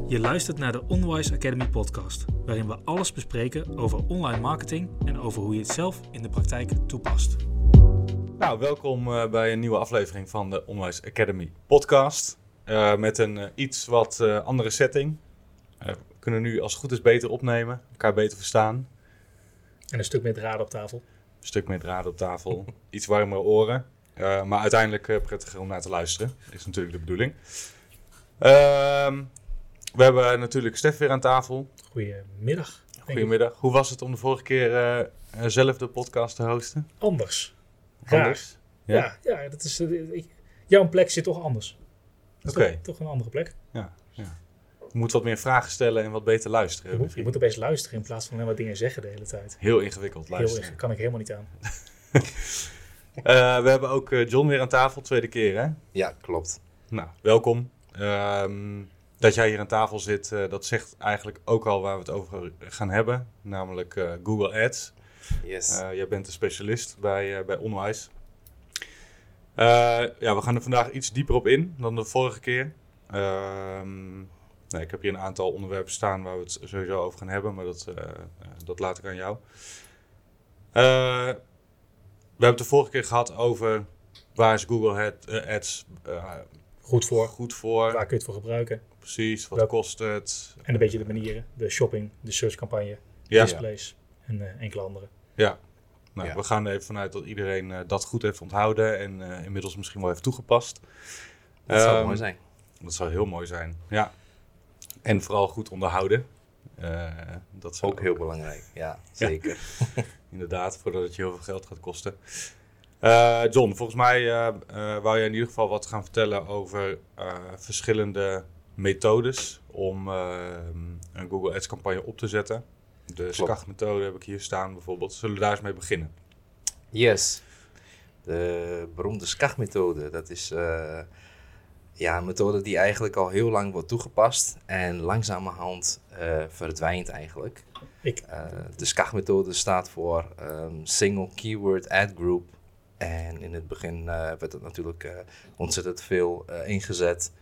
Je luistert naar de Onwise Academy podcast, waarin we alles bespreken over online marketing en over hoe je het zelf in de praktijk toepast. Nou, welkom bij een nieuwe aflevering van de Onwise Academy podcast. Met een iets wat andere setting. We kunnen nu als het goed is beter opnemen, elkaar beter verstaan. En een stuk meer draden op tafel. Een stuk meer draden op tafel, iets warmere oren. Maar uiteindelijk prettiger om naar te luisteren, is natuurlijk de bedoeling. We hebben natuurlijk Stef weer aan tafel. Goedemiddag. Goedemiddag. Hoe was het om de vorige keer zelf de podcast te hosten? Anders. Anders? Ja, dat is, jouw plek zit toch anders. Oké. Toch een andere plek. Ja. Je moet wat meer vragen stellen en wat beter luisteren. Je moet opeens luisteren in plaats van alleen maar dingen zeggen de hele tijd. Heel ingewikkeld luisteren. Kan ik helemaal niet aan. We hebben ook John weer aan tafel, tweede keer hè? Ja, klopt. Nou, welkom. Dat jij hier aan tafel zit, dat zegt eigenlijk ook al waar we het over gaan hebben. Namelijk Google Ads. Yes. Jij bent een specialist bij Onwise. We gaan er vandaag iets dieper op in dan de vorige keer. Ik heb hier een aantal onderwerpen staan waar we het sowieso over gaan hebben, maar dat laat ik aan jou. We hebben het de vorige keer gehad over waar is Google Ads Goed voor. Waar kun je het voor gebruiken? Precies, wat kost het? En een beetje de manieren, de shopping, de searchcampagne, Ja. displays en enkele andere. Ja. Nou, Ja. we gaan er even vanuit dat iedereen dat goed heeft onthouden en inmiddels misschien wel heeft toegepast. Dat zou mooi zijn. Dat zou heel mooi zijn, ja. En vooral goed onderhouden. Dat zou Ook heel belangrijk, ja, zeker. Inderdaad, voordat het je heel veel geld gaat kosten. John, volgens mij wou je in ieder geval wat gaan vertellen over verschillende methodes om een Google Ads campagne op te zetten. De SCAG-methode heb ik hier staan bijvoorbeeld. Zullen we daar eens mee beginnen? Yes. De beroemde SCAG-methode, dat is een methode die eigenlijk al heel lang wordt toegepast en langzamerhand verdwijnt eigenlijk. De SCAG-methode staat voor Single Keyword Ad Group. En in het begin werd het natuurlijk ontzettend veel ingezet.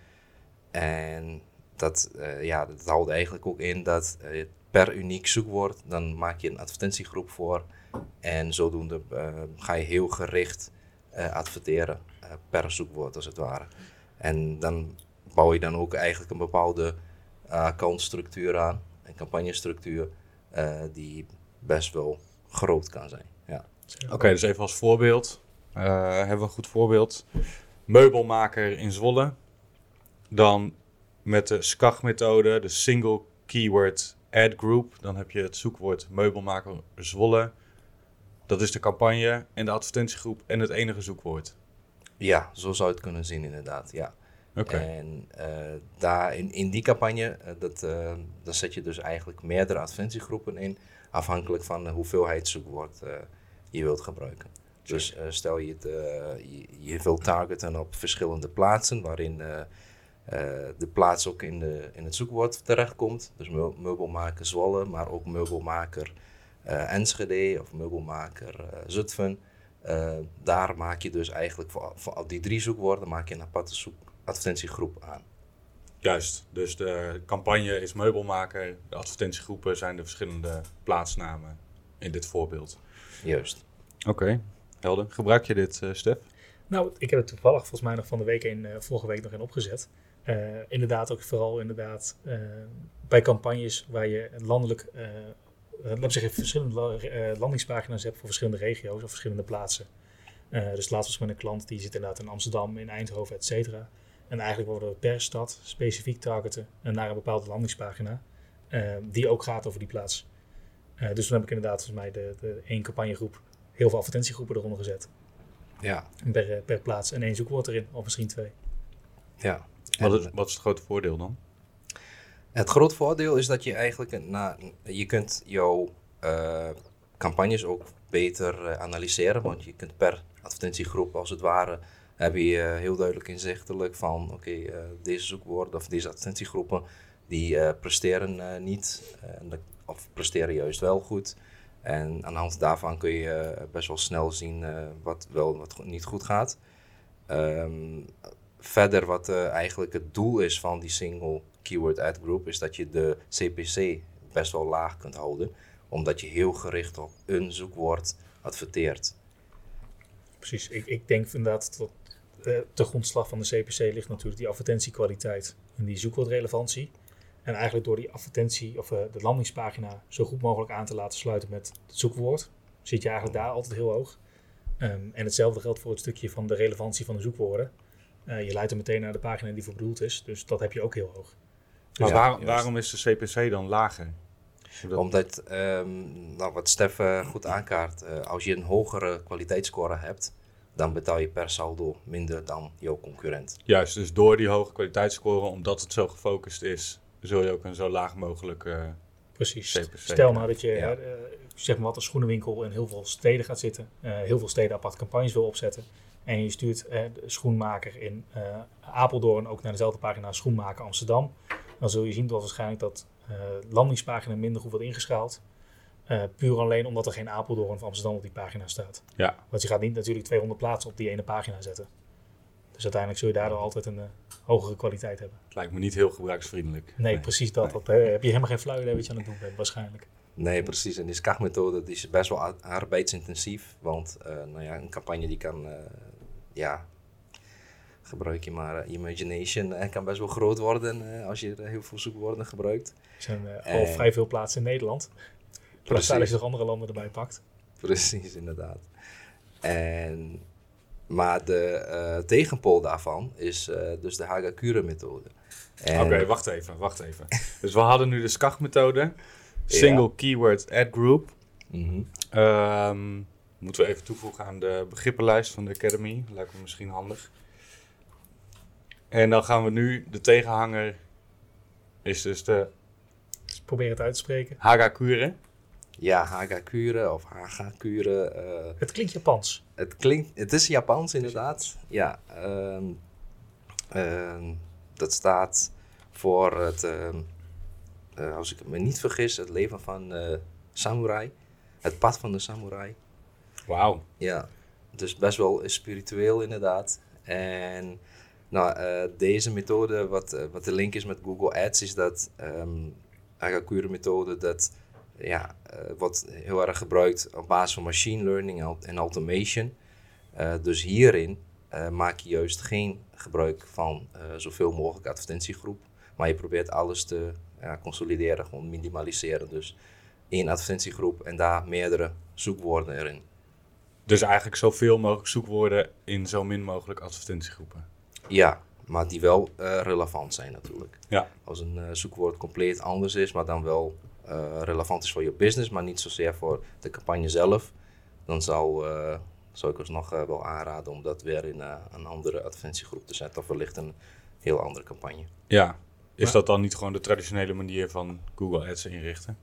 En dat houdt eigenlijk ook in dat per uniek zoekwoord, dan maak je een advertentiegroep voor. En zodoende ga je heel gericht adverteren per zoekwoord als het ware. En dan bouw je dan ook eigenlijk een bepaalde accountstructuur aan, een campagnestructuur die best wel groot kan zijn. Ja. Oké, dus even als voorbeeld. Hebben we een goed voorbeeld. Meubelmaker in Zwolle. Dan met de SCAG-methode, de Single Keyword Ad Group. Dan heb je het zoekwoord meubelmaker Zwolle. Dat is de campagne en de advertentiegroep en het enige zoekwoord. Ja, zo zou je het kunnen zien inderdaad, ja. Okay. En daar in die campagne, dan zet je dus eigenlijk meerdere advertentiegroepen in, afhankelijk van de hoeveelheid zoekwoord je wilt gebruiken. Dus stel je je wilt targeten op verschillende plaatsen, waarin de plaats ook in het zoekwoord terechtkomt. Dus meubelmaker Zwolle, maar ook meubelmaker Enschede of meubelmaker Zutphen. Daar maak je dus eigenlijk voor die 3 zoekwoorden maak je een aparte advertentiegroep aan. Juist, dus de campagne is meubelmaker, de advertentiegroepen zijn de verschillende plaatsnamen in dit voorbeeld. Juist. Oké, helder. Gebruik je dit, Stef? Nou, ik heb het toevallig volgens mij nog van de week vorige week nog in opgezet. Inderdaad ook vooral bij campagnes waar je landelijk, verschillende landingspagina's hebt voor verschillende regio's of verschillende plaatsen. Dus laatst was met een klant die zit inderdaad in Amsterdam, in Eindhoven, et cetera. En eigenlijk worden we per stad specifiek targeten naar een bepaalde landingspagina die ook gaat over die plaats. Dus toen heb ik inderdaad volgens mij de 1 campagnegroep heel veel advertentiegroepen eronder gezet. Ja. Per plaats en 1 zoekwoord erin, of misschien 2. Ja. Wat is het grote voordeel dan? Het grote voordeel is dat je eigenlijk je kunt jouw campagnes ook beter analyseren, want je kunt per advertentiegroep als het ware heb je heel duidelijk inzichtelijk van deze zoekwoorden of deze advertentiegroepen die presteren niet of presteren juist wel goed. En aan de hand daarvan kun je best wel snel zien wat wel wat niet goed gaat. verder wat eigenlijk het doel is van die single keyword ad group, is dat je de CPC best wel laag kunt houden, omdat je heel gericht op een zoekwoord adverteert. Precies, ik denk inderdaad dat de grondslag van de CPC ligt natuurlijk die advertentiekwaliteit en die zoekwoordrelevantie. En eigenlijk door die advertentie of de landingspagina zo goed mogelijk aan te laten sluiten met het zoekwoord, zit je eigenlijk daar altijd heel hoog. En hetzelfde geldt voor het stukje van de relevantie van de zoekwoorden. Je leidt er meteen naar de pagina die voor bedoeld is, dus dat heb je ook heel hoog. Maar Ja, waarom is de CPC dan lager? Omdat, wat Stef goed aankaart, als je een hogere kwaliteitsscore hebt, dan betaal je per saldo minder dan jouw concurrent. Juist, dus door die hoge kwaliteitsscore, omdat het zo gefocust is, zul je ook een zo laag mogelijk Precies. CPC. Stel nou dat je, Ja. zeg maar wat, een schoenenwinkel in heel veel steden gaat zitten, heel veel steden apart campagnes wil opzetten. En je stuurt de schoenmaker in Apeldoorn ook naar dezelfde pagina Schoenmaker Amsterdam. Dan zul je zien dat waarschijnlijk dat landingspagina minder goed wordt ingeschaald. Puur alleen omdat er geen Apeldoorn of Amsterdam op die pagina staat. Ja, Want je gaat niet natuurlijk 200 plaatsen op die ene pagina zetten. Dus uiteindelijk zul je daardoor altijd een hogere kwaliteit hebben. het lijkt me niet heel gebruiksvriendelijk. Nee, precies dat. Nee. Dat heb je helemaal geen flauw idee wat je aan het doen bent, waarschijnlijk. Nee, precies. En die SCAG-methode die is best wel arbeidsintensief. Want een campagne die kan, gebruik je maar imagination. En kan best wel groot worden als je heel veel zoekwoorden gebruikt. Er zijn al vrij veel plaatsen in Nederland. Precies. Als je nog andere landen erbij pakt. Precies, inderdaad. Maar de tegenpool daarvan is dus de Haga-Cure-methode. Oké, wacht even. Dus we hadden nu de SCAG-methode, Single Keyword Ad Group. Moeten we even toevoegen aan de begrippenlijst van de Academy. Lijkt me misschien handig. En dan gaan we nu, de tegenhanger is dus de Dus probeer het uit te spreken. Haga-Cure. Ja, Haga-Cure of Haga-Cure. Het klinkt Japans. Het is Japans inderdaad. Ja, dat staat voor het, als ik me niet vergis, het leven van samurai. Het pad van de samurai. Wauw. Ja, dus best wel spiritueel inderdaad. En deze methode, wat de link is met Google Ads, is dat Haga-Cure methode, dat wordt heel erg gebruikt op basis van machine learning en automation. Dus hierin maak je juist geen gebruik van zoveel mogelijk advertentiegroep, maar je probeert alles te consolideren, gewoon minimaliseren. Dus één advertentiegroep en daar meerdere zoekwoorden erin. Dus eigenlijk zoveel mogelijk zoekwoorden in zo min mogelijk advertentiegroepen. Ja, maar die wel relevant zijn natuurlijk. Ja. Als een zoekwoord compleet anders is, maar dan wel relevant is voor je business, maar niet zozeer voor de campagne zelf, dan zou ik alsnog wel aanraden om dat weer in een andere advertentiegroep te zetten, of wellicht een heel andere campagne. Ja. Is dat dan niet gewoon de traditionele manier van Google Ads inrichten?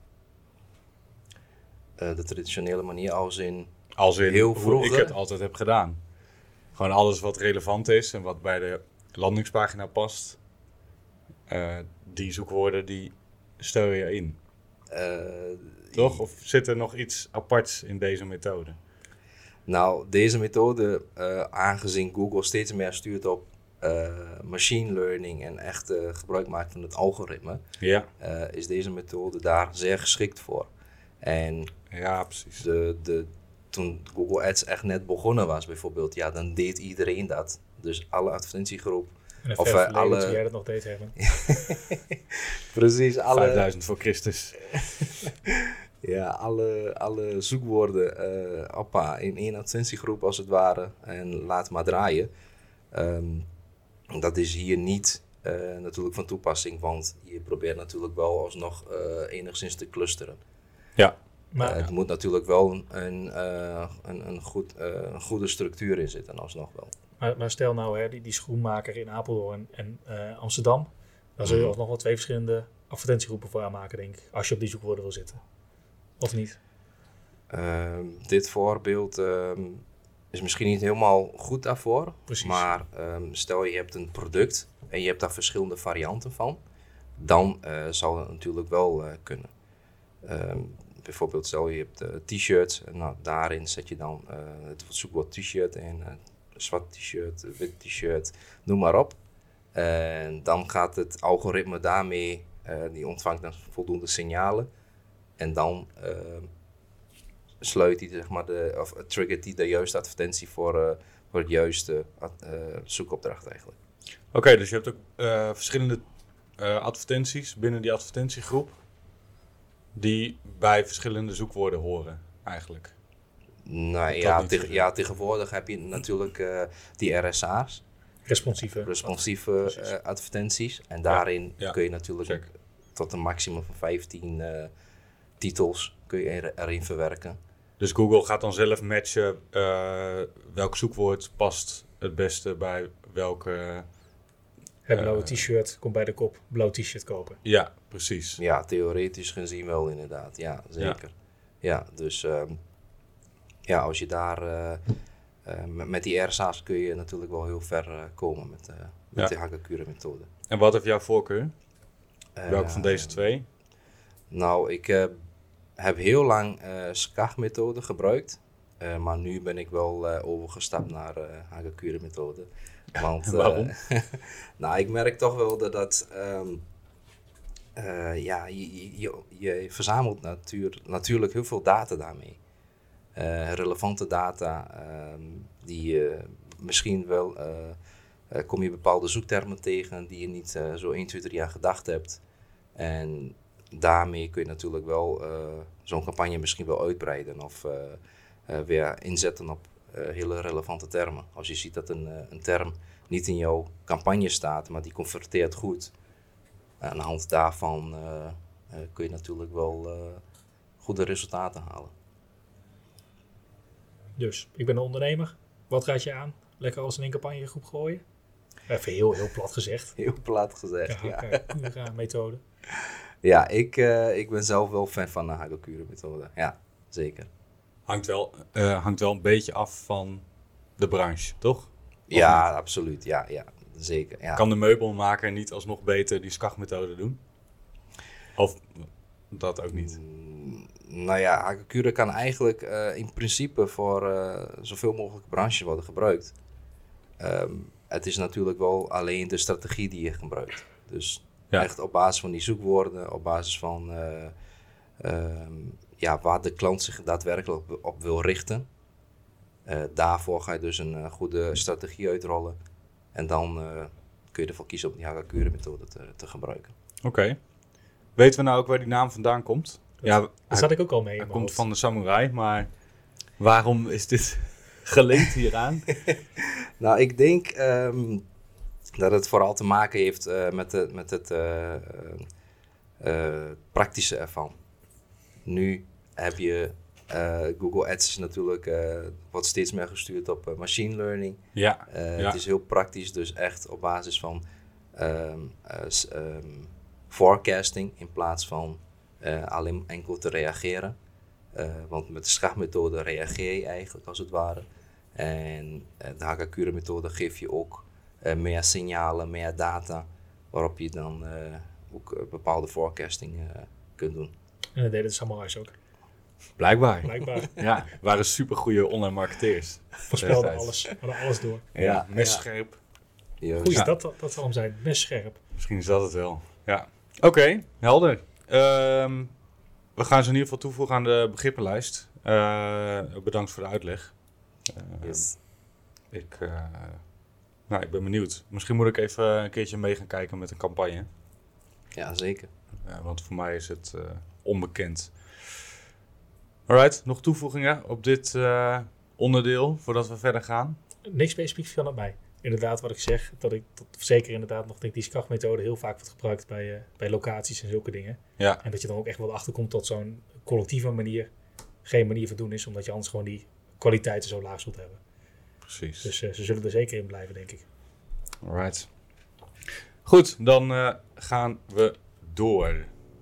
De traditionele manier als in Heel vroeger. hoe ik het altijd heb gedaan. Gewoon alles wat relevant is en wat bij de landingspagina past. Die zoekwoorden die stel je in. Toch? Of zit er nog iets aparts in deze methode? Nou, deze methode, aangezien Google steeds meer stuurt op machine learning en echt gebruik maakt van het algoritme, is deze methode daar zeer geschikt voor. En ja, precies. Toen Google Ads echt net begonnen was bijvoorbeeld, dan deed iedereen dat. Dus alle advertentiegroep. En Of alle... toen jij dat nog deed hebben. Precies, 5000 voor Christus. Ja, alle zoekwoorden in één advertentiegroep als het ware en laat maar draaien. Dat is hier niet natuurlijk van toepassing, want je probeert natuurlijk wel alsnog enigszins te clusteren. Ja. Maar, het moet natuurlijk wel een goede structuur in zitten, alsnog wel. Maar stel nou, die schoenmaker in Apeldoorn en Amsterdam, dan zul je alsnog wel 2 verschillende advertentiegroepen voor aanmaken, denk ik, als je op die zoekwoorden wil zitten. Of niet? Dit voorbeeld is misschien niet helemaal goed daarvoor. Precies. Maar stel je hebt een product en je hebt daar verschillende varianten van, dan zou dat natuurlijk wel kunnen. Bijvoorbeeld stel je hebt t-shirts en daarin zet je dan het zoekwoord t-shirt en zwart t-shirt, wit t-shirt, noem maar op. En dan gaat het algoritme daarmee, die ontvangt dan voldoende signalen. En dan sluit hij, zeg maar, of triggert hij de juiste advertentie voor het juiste zoekopdracht eigenlijk. Oké, dus je hebt ook verschillende advertenties binnen die advertentiegroep die bij verschillende zoekwoorden horen eigenlijk. Nou ja, tegenwoordig heb je natuurlijk die RSA's. Responsieve advertenties. En daarin kun je natuurlijk tot een maximum van 15 titels kun je erin verwerken. Dus Google gaat dan zelf matchen welk zoekwoord past het beste bij welke... Het blauwe t-shirt komt bij de kop, blauw t-shirt kopen. Ja, precies. Ja, theoretisch gezien wel inderdaad. Ja, zeker. Ja, dus als je daar... met die RSA's kun je natuurlijk wel heel ver komen met de Hagakure-methode. En wat heeft jouw voorkeur? Welke van deze twee? Nou, ik heb heel lang SCAG-methode gebruikt. Maar nu ben ik wel overgestapt naar Hagakure-methode. Want, waarom? Nou, ik merk toch wel dat je verzamelt natuurlijk heel veel data daarmee. Relevante data die misschien wel... kom je bepaalde zoektermen tegen die je niet zo 1, 2, 3 aan gedacht hebt. En daarmee kun je natuurlijk wel zo'n campagne misschien wel uitbreiden of weer inzetten op hele relevante termen. Als je ziet dat een term niet in jouw campagne staat, maar die converteert goed. Aan de hand daarvan kun je natuurlijk wel goede resultaten halen. Dus, ik ben een ondernemer. Wat raad je aan? Lekker alles in één campagnegroep gooien? Even heel plat gezegd. Heel plat gezegd, ja. Hagakure-methode. Ja, ik ben zelf wel fan van de Hagakure-methode. Ja, zeker. Hangt wel een beetje af van de branche, toch? Ja, absoluut. Ja, zeker. Ja. Kan de meubelmaker niet alsnog beter die SCAG-methode doen? Of dat ook niet? Nou ja, Hagakure kan eigenlijk in principe voor zoveel mogelijk branches worden gebruikt. Het is natuurlijk wel alleen de strategie die je gebruikt. Dus echt op basis van die zoekwoorden, op basis van waar de klant zich daadwerkelijk op wil richten. Daarvoor ga je dus een goede strategie uitrollen. En dan kun je ervoor kiezen om die Hagakure-methode te gebruiken. Oké. Weten we nou ook waar die naam vandaan komt? Daar zat ik ook al mee. Hij komt van de samurai, maar waarom is dit gelinkt hieraan? Nou, ik denk dat het vooral te maken heeft met het praktische ervan. Nu heb je Google Ads natuurlijk wordt steeds meer gestuurd op machine learning. Ja. Het is heel praktisch, dus echt op basis van forecasting in plaats van alleen enkel te reageren. Want met de SCAG-methode reageer je eigenlijk als het ware. En de Hagakure-methode geeft je ook meer signalen, meer data, waarop je dan ook bepaalde forecasting kunt doen. En dat deden de samurais ook. Blijkbaar. Ja, waren supergoeie online marketeers. Voorspelden alles, hadden alles door. Ja, messcherp. Ja. Goeie, dat zal hem zijn, messcherp. Misschien is dat het wel, ja. Oké, helder. We gaan ze in ieder geval toevoegen aan de begrippenlijst. Bedankt voor de uitleg. Yes. Ik ben benieuwd. Misschien moet ik even een keertje mee gaan kijken met een campagne. Ja, zeker. Want voor mij is het onbekend. Alright, nog toevoegingen op dit onderdeel voordat we verder gaan? Niks specifiek van mij. Inderdaad, wat ik zeg, dat zeker inderdaad nog denk die SCAG-methode heel vaak wordt gebruikt bij locaties en zulke dingen. Ja. En dat je dan ook echt wel achterkomt tot zo'n collectieve manier geen manier van doen is, omdat je anders gewoon die kwaliteiten zo laag zult hebben. Precies. Dus ze zullen er zeker in blijven, denk ik. Alright. Goed, dan gaan we door.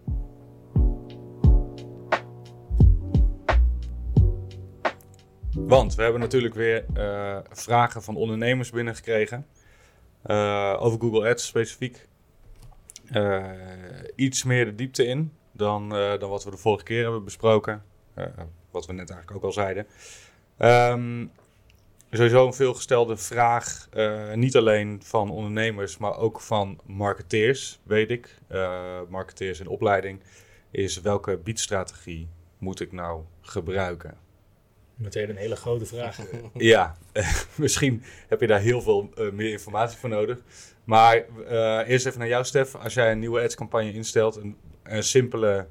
Want we hebben natuurlijk weer vragen van ondernemers binnengekregen. Over Google Ads specifiek. Iets meer de diepte in dan wat we de vorige keer hebben besproken. Wat we net eigenlijk ook al zeiden. sowieso een veelgestelde vraag, niet alleen van ondernemers, maar ook van marketeers, weet ik. Marketeers in opleiding, is welke biedstrategie moet ik nou gebruiken? Meteen een hele grote vraag. Ja, misschien heb je daar heel veel meer informatie voor nodig. Maar eerst even naar jou, Stef. Als jij een nieuwe ads-campagne instelt, een simpele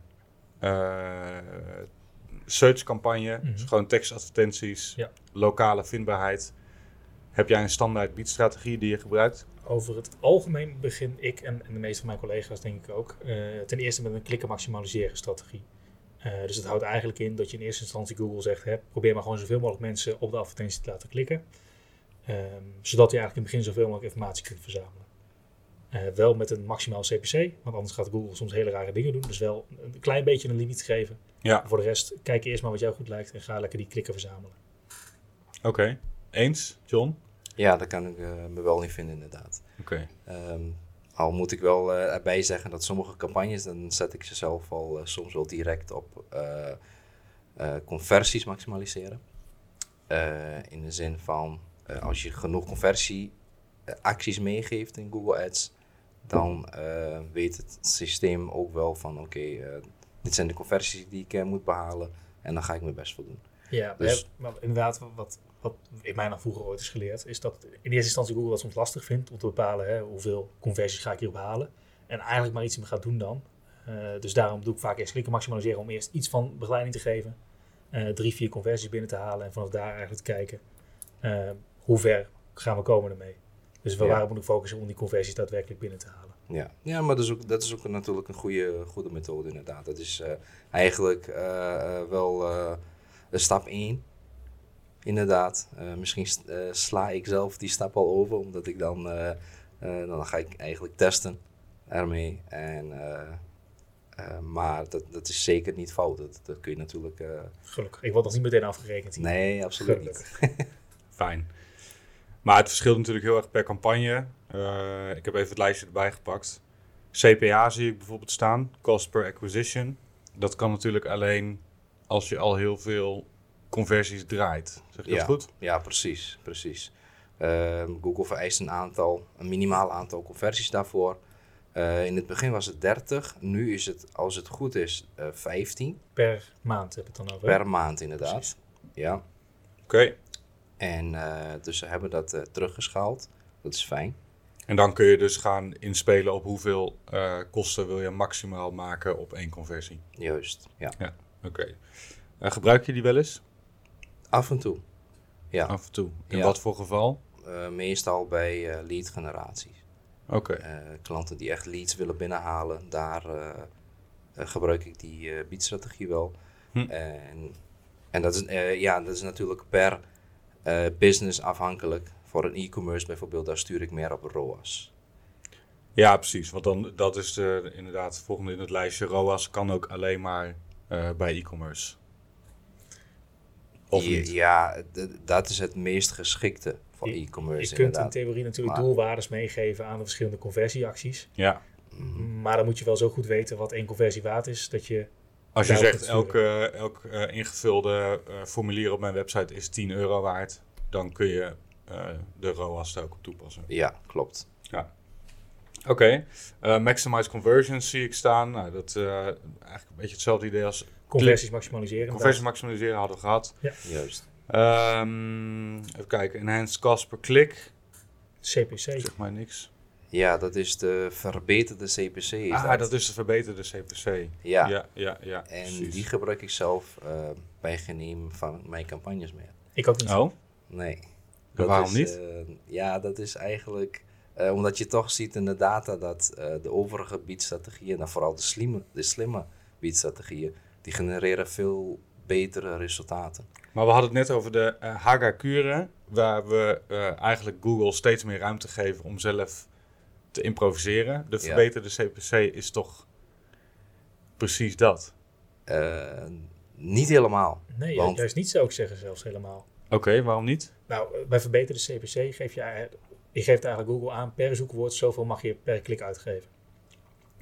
search-campagne, dus gewoon tekstadvertenties, lokale vindbaarheid. Heb jij een standaard biedstrategie die je gebruikt? Over het algemeen begin ik en de meeste van mijn collega's denk ik ook ten eerste met een klikken maximaliseren strategie. Dus dat houdt eigenlijk in dat je in eerste instantie Google zegt, probeer maar gewoon zoveel mogelijk mensen op de advertentie te laten klikken. Zodat je eigenlijk in het begin zoveel mogelijk informatie kunt verzamelen. Wel met een maximaal CPC, want anders gaat Google soms hele rare dingen doen. Dus wel een klein beetje een limiet geven. Ja. Voor de rest, kijk eerst maar wat jou goed lijkt en ga lekker die klikken verzamelen. Oké. Eens, John? Ja, daar kan ik me wel in vinden inderdaad. Oké. Al moet ik wel erbij zeggen dat sommige campagnes, dan zet ik ze zelf al soms wel direct op conversies maximaliseren. In de zin van, als je genoeg conversieacties meegeeft in Google Ads, dan weet het systeem ook wel van oké, dit zijn de conversies die ik moet behalen en dan ga ik mijn best voor doen. Ja, Dus, maar inderdaad, wat in mij nog vroeger ooit is geleerd, is dat in eerste instantie Google dat soms lastig vindt om te bepalen hoeveel conversies ga ik hierop halen. En eigenlijk maar iets mee gaat doen dan. Dus daarom doe ik vaak eerst klikken maximaliseren om eerst iets van begeleiding te geven. 3-4 conversies binnen te halen en vanaf daar eigenlijk te kijken hoe ver gaan we komen ermee. Dus waar moet ik focussen om die conversies daadwerkelijk binnen te halen. Ja, maar dat is ook natuurlijk een goede methode inderdaad. Dat is eigenlijk wel stap 1. Inderdaad, misschien sla ik zelf die stap al over, omdat ik dan ga ik eigenlijk testen ermee. Maar dat is zeker niet fout. Dat kun je natuurlijk... Gelukkig, ik word nog niet meteen afgerekend hier. Nee, absoluut niet. Fijn. Maar het verschilt natuurlijk heel erg per campagne. Ik heb even het lijstje erbij gepakt. CPA zie ik bijvoorbeeld staan, cost per acquisition. Dat kan natuurlijk alleen als je al heel veel conversies draait. Zeg je dat goed? Ja, precies. Google vereist een minimaal aantal conversies daarvoor. In het begin was het 30. Nu is het, als het goed is, 15. Per maand heb je het dan over? Per maand, inderdaad. Precies. Ja. Oké. En dus ze hebben dat teruggeschaald. Dat is fijn. En dan kun je dus gaan inspelen op hoeveel kosten wil je maximaal maken op één conversie. Juist, ja. Oké. Gebruik je die wel eens? Af en toe. Ja. Af en toe. In Ja. wat voor geval? Meestal bij lead generatie. Oké. Klanten die echt leads willen binnenhalen, daar gebruik ik die biedstrategie wel. En dat is natuurlijk per business afhankelijk. Voor een e-commerce bijvoorbeeld, daar stuur ik meer op ROAS. Ja, precies. Want dan, dat is inderdaad volgende in het lijstje. ROAS kan ook alleen maar bij e-commerce. Of niet? Ja, dat is het meest geschikte voor e-commerce. Je kunt in inderdaad. theorie natuurlijk doelwaardes meegeven aan de verschillende conversieacties. Ja. Maar dan moet je wel zo goed weten wat één conversie waard is, dat je... Als je daarop zegt kunt sturen. elk ingevulde formulier op mijn website is €10 waard, dan kun je de ROAS daar ook op toepassen. Ja, klopt. Oké. Maximize conversions zie ik staan. Nou, dat eigenlijk een beetje hetzelfde idee als Conversies maximaliseren. conversies maximaliseren hadden we gehad. Ja. Juist. Even kijken. Enhanced cost per click. CPC. Zeg maar niks. Ja, dat is de verbeterde CPC. Dat is de verbeterde CPC. Ja. Ja, En precies. die gebruik ik zelf bij geen een van mijn campagnes meer. Ik ook niet. Oh, Nee. waarom niet? Dat is eigenlijk... omdat je toch ziet in de data dat de overige biedstrategieën, en vooral de slimme biedstrategieën, die genereren veel betere resultaten. Maar we hadden het net over de Haga-kuren, waar we eigenlijk Google steeds meer ruimte geven om zelf te improviseren. De verbeterde CPC is toch precies dat? Niet helemaal. Nee, want, juist niet zou ik zeggen zelfs helemaal. Oké, waarom niet? Nou, bij verbeterde CPC geef je geeft eigenlijk Google aan per zoekwoord zoveel mag je per klik uitgeven.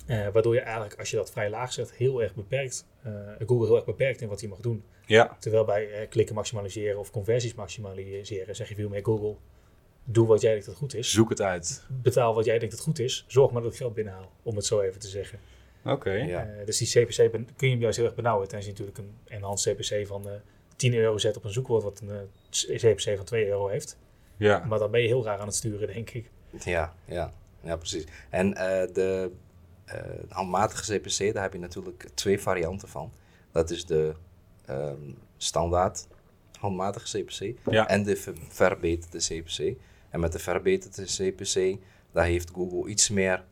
Waardoor je eigenlijk, als je dat vrij laag zet, heel erg beperkt, Google heel erg beperkt in wat hij mag doen. Ja, Terwijl bij klikken maximaliseren of conversies maximaliseren zeg je veel meer Google, doe wat jij denkt dat goed is. zoek het uit. Betaal wat jij denkt dat goed is. Zorg maar dat ik geld binnenhaal, om het zo even te zeggen. Oké. Ja. Dus die CPC kun je hem juist heel erg benauwen. Tenzij je natuurlijk een enhanced CPC van €10 zet op een zoekwoord wat een CPC van €2 heeft. Ja. Maar dan ben je heel raar aan het sturen, denk ik. Ja, precies. En de handmatige CPC, daar heb je natuurlijk 2 varianten van. Dat is de standaard handmatige CPC Ja. en de verbeterde CPC. En met de verbeterde CPC, daar heeft Google iets meer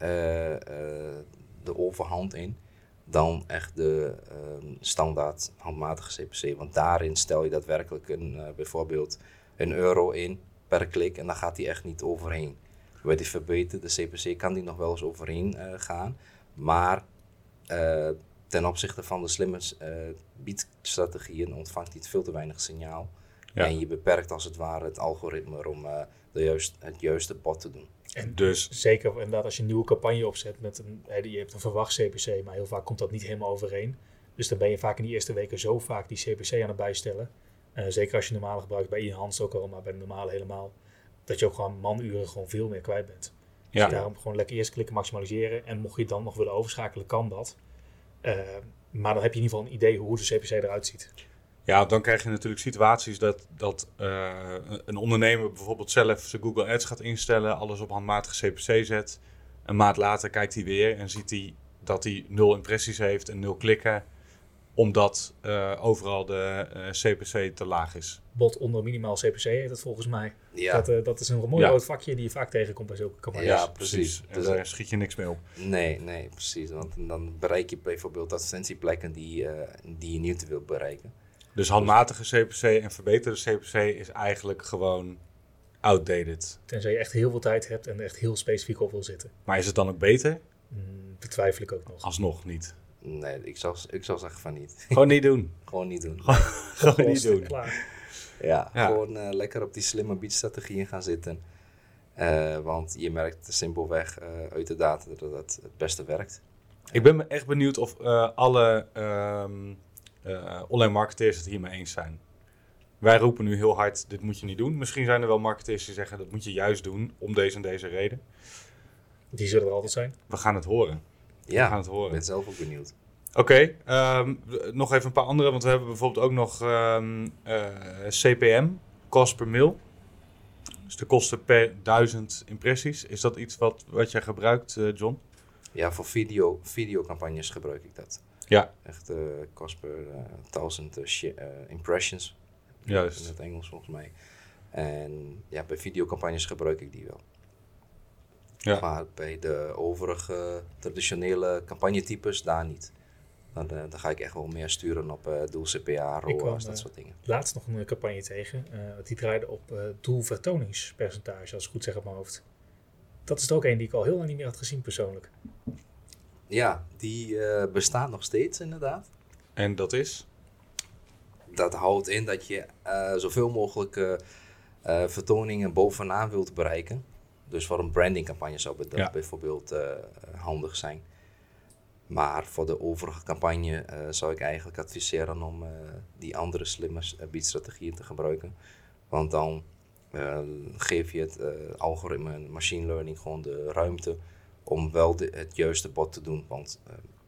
de overhand in dan echt de standaard handmatige CPC. Want daarin stel je daadwerkelijk bijvoorbeeld €1 in per klik en dan gaat die echt niet overheen. Bij die verbeterde CPC kan die nog wel eens overheen gaan, maar ten opzichte van de slimme biedstrategieën ontvangt hij veel te weinig signaal. Ja. En je beperkt als het ware het algoritme om het juiste bod te doen. En Dus zeker inderdaad als je een nieuwe campagne opzet met je hebt een verwacht CPC, maar heel vaak komt dat niet helemaal overeen. Dus dan ben je vaak in die eerste weken zo vaak die CPC aan het bijstellen. Zeker als je normale gebruikt, bij enhanced ook al, maar bij de normale helemaal. Dat je ook gewoon manuren gewoon veel meer kwijt bent. ja. Dus daarom gewoon lekker eerst klikken maximaliseren. En mocht je dan nog willen overschakelen, kan dat. Maar dan heb je in ieder geval een idee hoe de CPC eruit ziet. Ja, dan krijg je natuurlijk situaties dat een ondernemer bijvoorbeeld zelf zijn Google Ads gaat instellen, alles op handmatige CPC zet. Een maand later kijkt hij weer en ziet hij dat hij 0 impressies heeft en 0 klikken, omdat overal de CPC te laag is. Bot onder minimaal CPC heet het volgens mij. Ja, Dat is een mooi Ja. rood vakje die je vaak tegenkomt bij zulke campagnes. Ja, precies. En Dus, daar schiet je niks mee op. nee, precies. Want dan bereik je bijvoorbeeld advertentieplekken die je niet wil bereiken. Dus handmatige CPC en verbeterde CPC is eigenlijk gewoon outdated. Tenzij je echt heel veel tijd hebt en er echt heel specifiek op wil zitten. Maar is het dan ook beter? Betwijfel ik ook nog. Alsnog niet. Nee, ik zou zeggen van niet. Gewoon niet doen. Gewoon niet doen. Gewoon niet Opgelost, doen. klaar. Ja, Ja. gewoon lekker op die slimme biedstrategieën gaan zitten. Want je merkt simpelweg uit de data dat het het beste werkt. Ik ben echt benieuwd of alle online marketeers het hiermee eens zijn. Wij roepen nu heel hard, dit moet je niet doen. Misschien zijn er wel marketeers die zeggen, dat moet je juist doen om deze en deze reden. Die zullen er altijd zijn. We gaan het horen. We gaan Ja, het ik horen. ben zelf ook benieuwd. Oké, nog even een paar andere, want we hebben bijvoorbeeld ook nog CPM, cost per mail. Dus de kosten per 1000 impressies. Is dat iets wat jij gebruikt, John? Ja, voor videocampagnes gebruik ik dat. Ja. Echt kost per 1000 impressions. Juist. In het Engels volgens mij. En ja, bij videocampagnes gebruik ik die wel. Ja. Maar bij de overige traditionele campagnetypes daar niet. Dan ga ik echt wel meer sturen op doel CPA, Ik kwam, ROAS, dat soort dingen. Laatst nog een campagne tegen. Die draaide op doelvertoningspercentage, als ik goed zeg op mijn hoofd. Dat is er ook een die ik al heel lang niet meer had gezien persoonlijk. Ja, die bestaat nog steeds inderdaad. En dat is? Dat houdt in dat je zoveel mogelijk vertoningen bovenaan wilt bereiken. Dus voor een brandingcampagne zou dat bijvoorbeeld handig zijn. Maar voor de overige campagne zou ik eigenlijk adviseren om die andere slimme biedstrategieën te gebruiken. Want dan geef je het algoritme en machine learning gewoon de ruimte om wel het juiste bod te doen. Want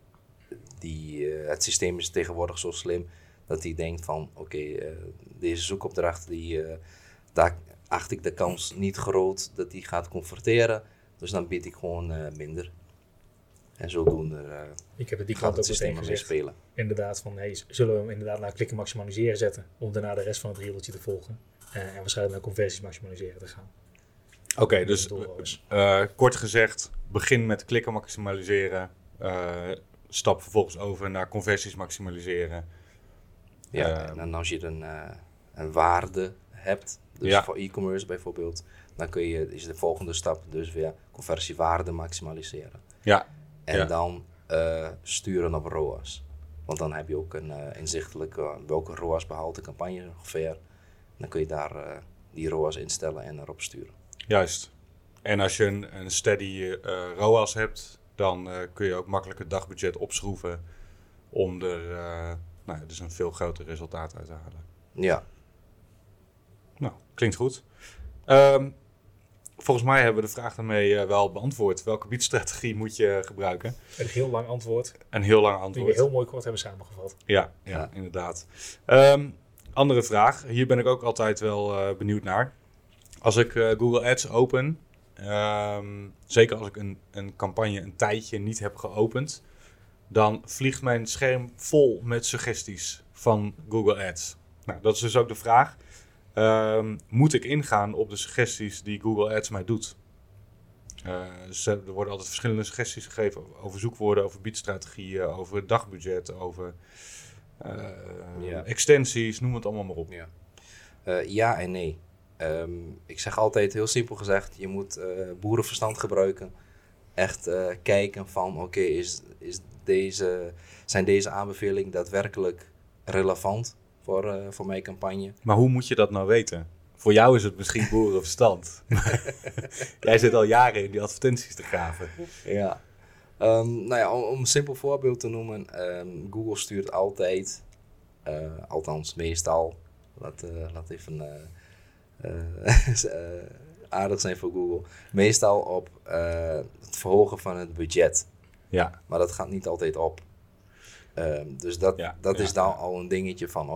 het systeem is tegenwoordig zo slim dat hij denkt van oké, deze zoekopdracht daar acht ik de kans niet groot dat die gaat converteren. Dus dan bied ik gewoon minder. En zodoende Ik heb het die gaat klant het ook meteen systeem ermee gezegd. spelen. Inderdaad, van zullen we hem inderdaad naar klikken maximaliseren zetten. Om daarna de rest van het riedeltje te volgen. En waarschijnlijk naar conversies maximaliseren te gaan. Oké, dus Dat doel is. kort gezegd, begin met klikken maximaliseren. Stap vervolgens over naar conversies maximaliseren. Ja, en als je een waarde hebt, dus voor e-commerce bijvoorbeeld, dan is de volgende stap dus weer conversiewaarde maximaliseren. Ja. En dan sturen op ROAS. Want dan heb je ook een inzichtelijk welke ROAS behaalt de campagne ongeveer. Dan kun je daar die ROAS instellen en erop sturen. Juist. En als je een steady ROAS hebt, dan kun je ook makkelijk het dagbudget opschroeven om er dus een veel groter resultaat uit te halen. Ja. Nou, klinkt goed. Volgens mij hebben we de vraag daarmee wel beantwoord. Welke biedstrategie moet je gebruiken? Een heel lang antwoord. Een heel lang Die antwoord. we heel mooi kort hebben samengevat. Ja, inderdaad. Andere vraag. Hier ben ik ook altijd wel benieuwd naar. Als ik Google Ads open, zeker als ik een campagne een tijdje niet heb geopend, dan vliegt mijn scherm vol met suggesties van Google Ads. Nou, dat is dus ook de vraag. Moet ik ingaan op de suggesties die Google Ads mij doet? Dus er worden altijd verschillende suggesties gegeven over zoekwoorden, over biedstrategieën, over het dagbudget, over extensies, noem het allemaal maar op. Ja, ja en nee. Ik zeg altijd, heel simpel gezegd, je moet boerenverstand gebruiken. Echt kijken van, zijn deze aanbevelingen daadwerkelijk relevant voor mijn campagne? Maar hoe moet je dat nou weten? Voor jou is het misschien boerenverstand. Jij zit al jaren in die advertenties te graven. Ja. Om een simpel voorbeeld te noemen. Google stuurt altijd, althans meestal, laat even aardig zijn voor Google, meestal op het verhogen van het budget. Ja. Maar dat gaat niet altijd op. Dus dat is dan al een dingetje van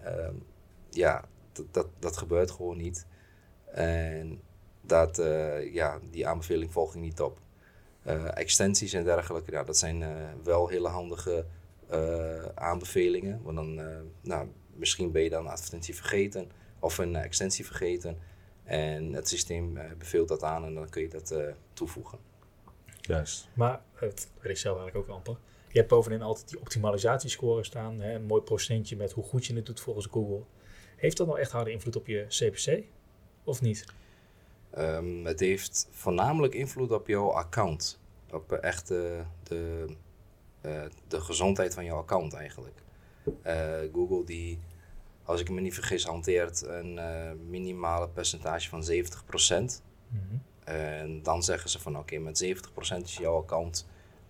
dat gebeurt gewoon niet. En die aanbeveling volg ik niet op. Extensies en dergelijke, dat zijn wel hele handige aanbevelingen. Want dan, misschien ben je dan een advertentie vergeten of een extensie vergeten. En het systeem beveelt dat aan en dan kun je dat toevoegen. Juist. Maar, dat weet ik zelf eigenlijk ook amper. Je hebt bovenin altijd die optimalisatiescore staan. Hè, een mooi procentje met hoe goed je het doet volgens Google. Heeft dat nou echt harde invloed op je CPC? Of niet? Het heeft voornamelijk invloed op jouw account. Op echt de gezondheid van jouw account eigenlijk. Google die, als ik me niet vergis, hanteert een minimale percentage van 70%. Mm-hmm. En dan zeggen ze van met 70% is jouw account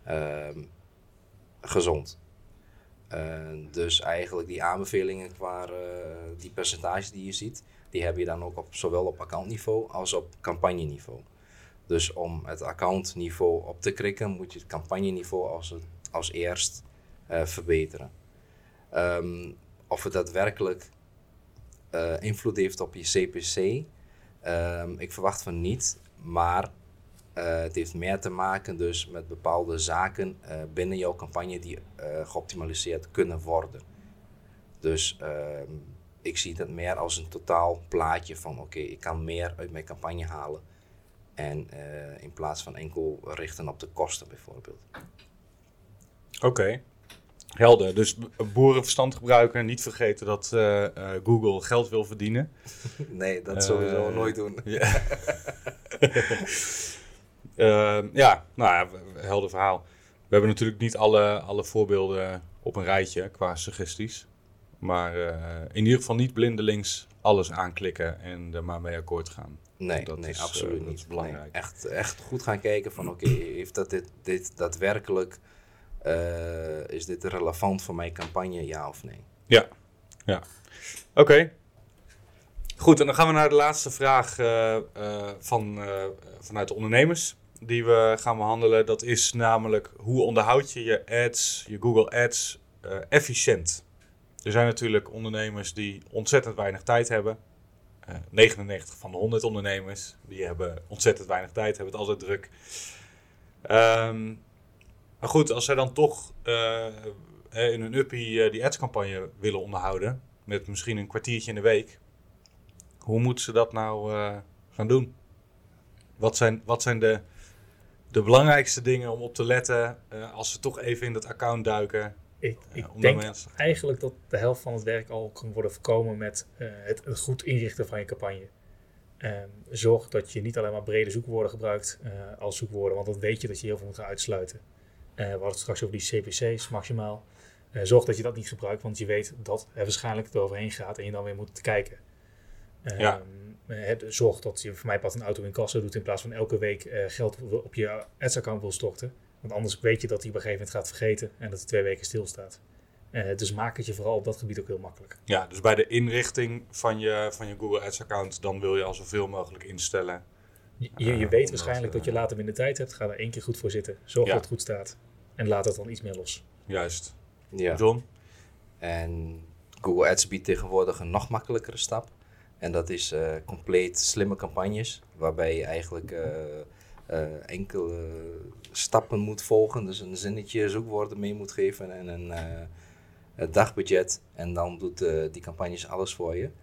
gezond. Dus eigenlijk die aanbevelingen qua die percentage die je ziet, die heb je dan ook zowel op accountniveau als op campagneniveau. Dus om het accountniveau op te krikken, moet je het campagneniveau als eerst verbeteren. Of het daadwerkelijk invloed heeft op je CPC, ik verwacht van niet, maar het heeft meer te maken dus met bepaalde zaken binnen jouw campagne die geoptimaliseerd kunnen worden. Dus ik zie het meer als een totaal plaatje van ik kan meer uit mijn campagne halen. En in plaats van enkel richten op de kosten bijvoorbeeld. Oké. Helder. Dus boerenverstand gebruiken. Niet vergeten dat Google geld wil verdienen. Nee, dat sowieso nooit doen. Ja. Helder verhaal. We hebben natuurlijk niet alle voorbeelden op een rijtje qua suggesties. Maar in ieder geval niet blindelings alles aanklikken en er maar mee akkoord gaan. Nee, absoluut niet. Dat is belangrijk. Nee, echt goed gaan kijken van heeft dit daadwerkelijk, is dit relevant voor mijn campagne, ja of nee? Ja. Oké. Goed, en dan gaan we naar de laatste vraag vanuit de ondernemers die we gaan behandelen. Dat is namelijk, hoe onderhoud je je ads, je Google Ads efficiënt? Er zijn natuurlijk ondernemers die ontzettend weinig tijd hebben. 99 van de 100 ondernemers die hebben ontzettend weinig tijd, hebben het altijd druk. Maar goed, als zij dan toch in een uppie die adscampagne willen onderhouden, met misschien een kwartiertje in de week, hoe moeten ze dat nou gaan doen? Wat zijn de belangrijkste dingen om op te letten als ze toch even in dat account duiken? Ik denk eigenlijk dat de helft van het werk al kan worden voorkomen met het goed inrichten van je campagne. Zorg dat je niet alleen maar brede zoekwoorden gebruikt als zoekwoorden, want dan weet je dat je heel veel moet gaan uitsluiten. We hadden het straks over die CPC's maximaal. Zorg dat je dat niet gebruikt, want je weet dat er waarschijnlijk eroverheen gaat en je dan weer moet kijken. Zorg dat je voor mij pas een auto in kassa doet in plaats van elke week geld op je ads-account wil storten. Want anders weet je dat hij op een gegeven moment gaat vergeten en dat hij 2 weken stilstaat. Dus maak het je vooral op dat gebied ook heel makkelijk. Ja, dus bij de inrichting van je Google Ads account, dan wil je al zoveel mogelijk instellen. Je weet waarschijnlijk dat je later minder tijd hebt. Ga er 1 keer goed voor zitten. Zorg dat het goed staat. En laat het dan iets meer los. Juist. Ja. John? En Google Ads biedt tegenwoordig een nog makkelijkere stap. En dat is compleet slimme campagnes. Waarbij je eigenlijk enkele stappen moet volgen. Dus een zinnetje zoekwoorden mee moet geven en een dagbudget. En dan doet die campagnes alles voor je.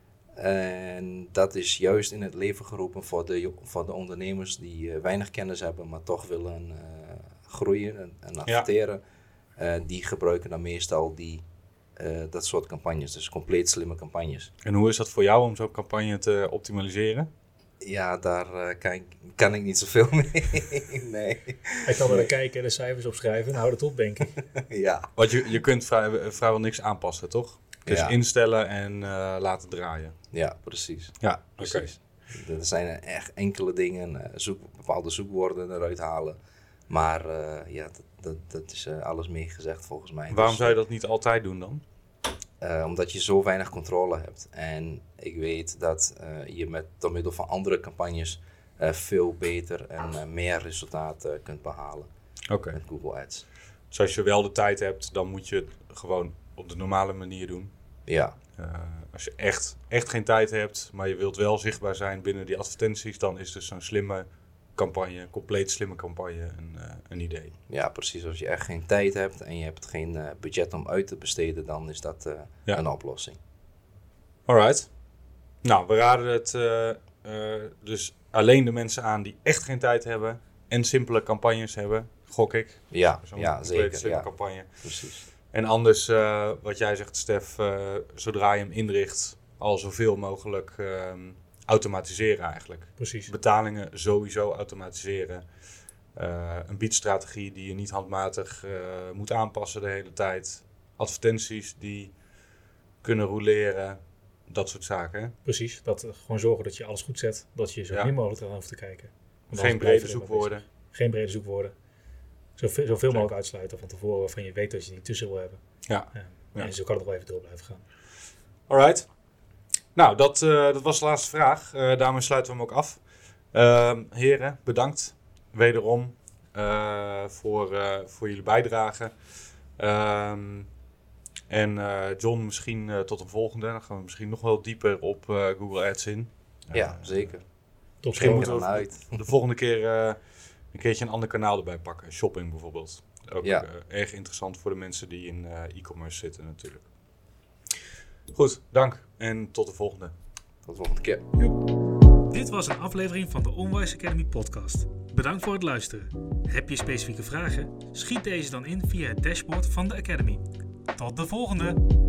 En dat is juist in het leven geroepen voor de ondernemers die weinig kennis hebben, maar toch willen groeien en adverteren. Die gebruiken dan meestal dat soort campagnes, dus compleet slimme campagnes. En hoe is dat voor jou om zo'n campagne te optimaliseren? Ja, daar kan ik niet zoveel mee. Nee. Hij kan er naar kijken en de cijfers opschrijven en houdt het op, denk ik. Ja. Want je kunt vrijwel niks aanpassen, toch? Dus instellen en laten draaien. Ja, precies. Ja, precies. Okay. Er zijn echt enkele dingen, bepaalde zoekwoorden eruit halen. Maar dat is alles meer gezegd volgens mij. Waarom zou je dat niet altijd doen dan? Omdat je zo weinig controle hebt. En ik weet dat je door middel van andere campagnes veel beter en meer resultaten kunt behalen met Google Ads. Dus als je wel de tijd hebt, dan moet je het gewoon op de normale manier doen. Ja. Als je echt geen tijd hebt, maar je wilt wel zichtbaar zijn binnen die advertenties, dan is dus zo'n slimme campagne, compleet slimme campagne, een idee. Ja, precies. Als je echt geen tijd hebt en je hebt geen budget om uit te besteden, dan is dat een oplossing. Alright. Nou, we raden het dus alleen de mensen aan die echt geen tijd hebben en simpele campagnes hebben, gok ik. Ja, zo'n zeker. Slimme campagne. Precies. En anders, wat jij zegt, Stef, zodra je hem inricht, al zoveel mogelijk automatiseren eigenlijk. Precies. Betalingen sowieso automatiseren. Een biedstrategie die je niet handmatig moet aanpassen de hele tijd. Advertenties die kunnen roleren. Dat soort zaken. Hè? Precies. Gewoon zorgen dat je alles goed zet. Dat je zo min mogelijk eraan hoeft te kijken. Geen brede zoekwoorden. Geen brede zoekwoorden. Zoveel mogelijk uitsluiten van tevoren waarvan je weet dat je niet tussen wil hebben. Ja. En zo kan het nog wel even door blijven gaan. Alright. Nou, dat was de laatste vraag. Daarmee sluiten we hem ook af. Heren, bedankt. Wederom voor jullie bijdrage. En John, misschien tot een volgende. Dan gaan we misschien nog wel dieper op Google Ads in. Ja, zeker. Misschien moeten we de volgende keer een keertje een ander kanaal erbij pakken. Shopping bijvoorbeeld. Ook erg interessant voor de mensen die in e-commerce zitten natuurlijk. Goed, dank. En tot de volgende. Tot de volgende keer. Dit was een aflevering van de Onwise Academy podcast. Bedankt voor het luisteren. Heb je specifieke vragen? Schiet deze dan in via het dashboard van de Academy. Tot de volgende!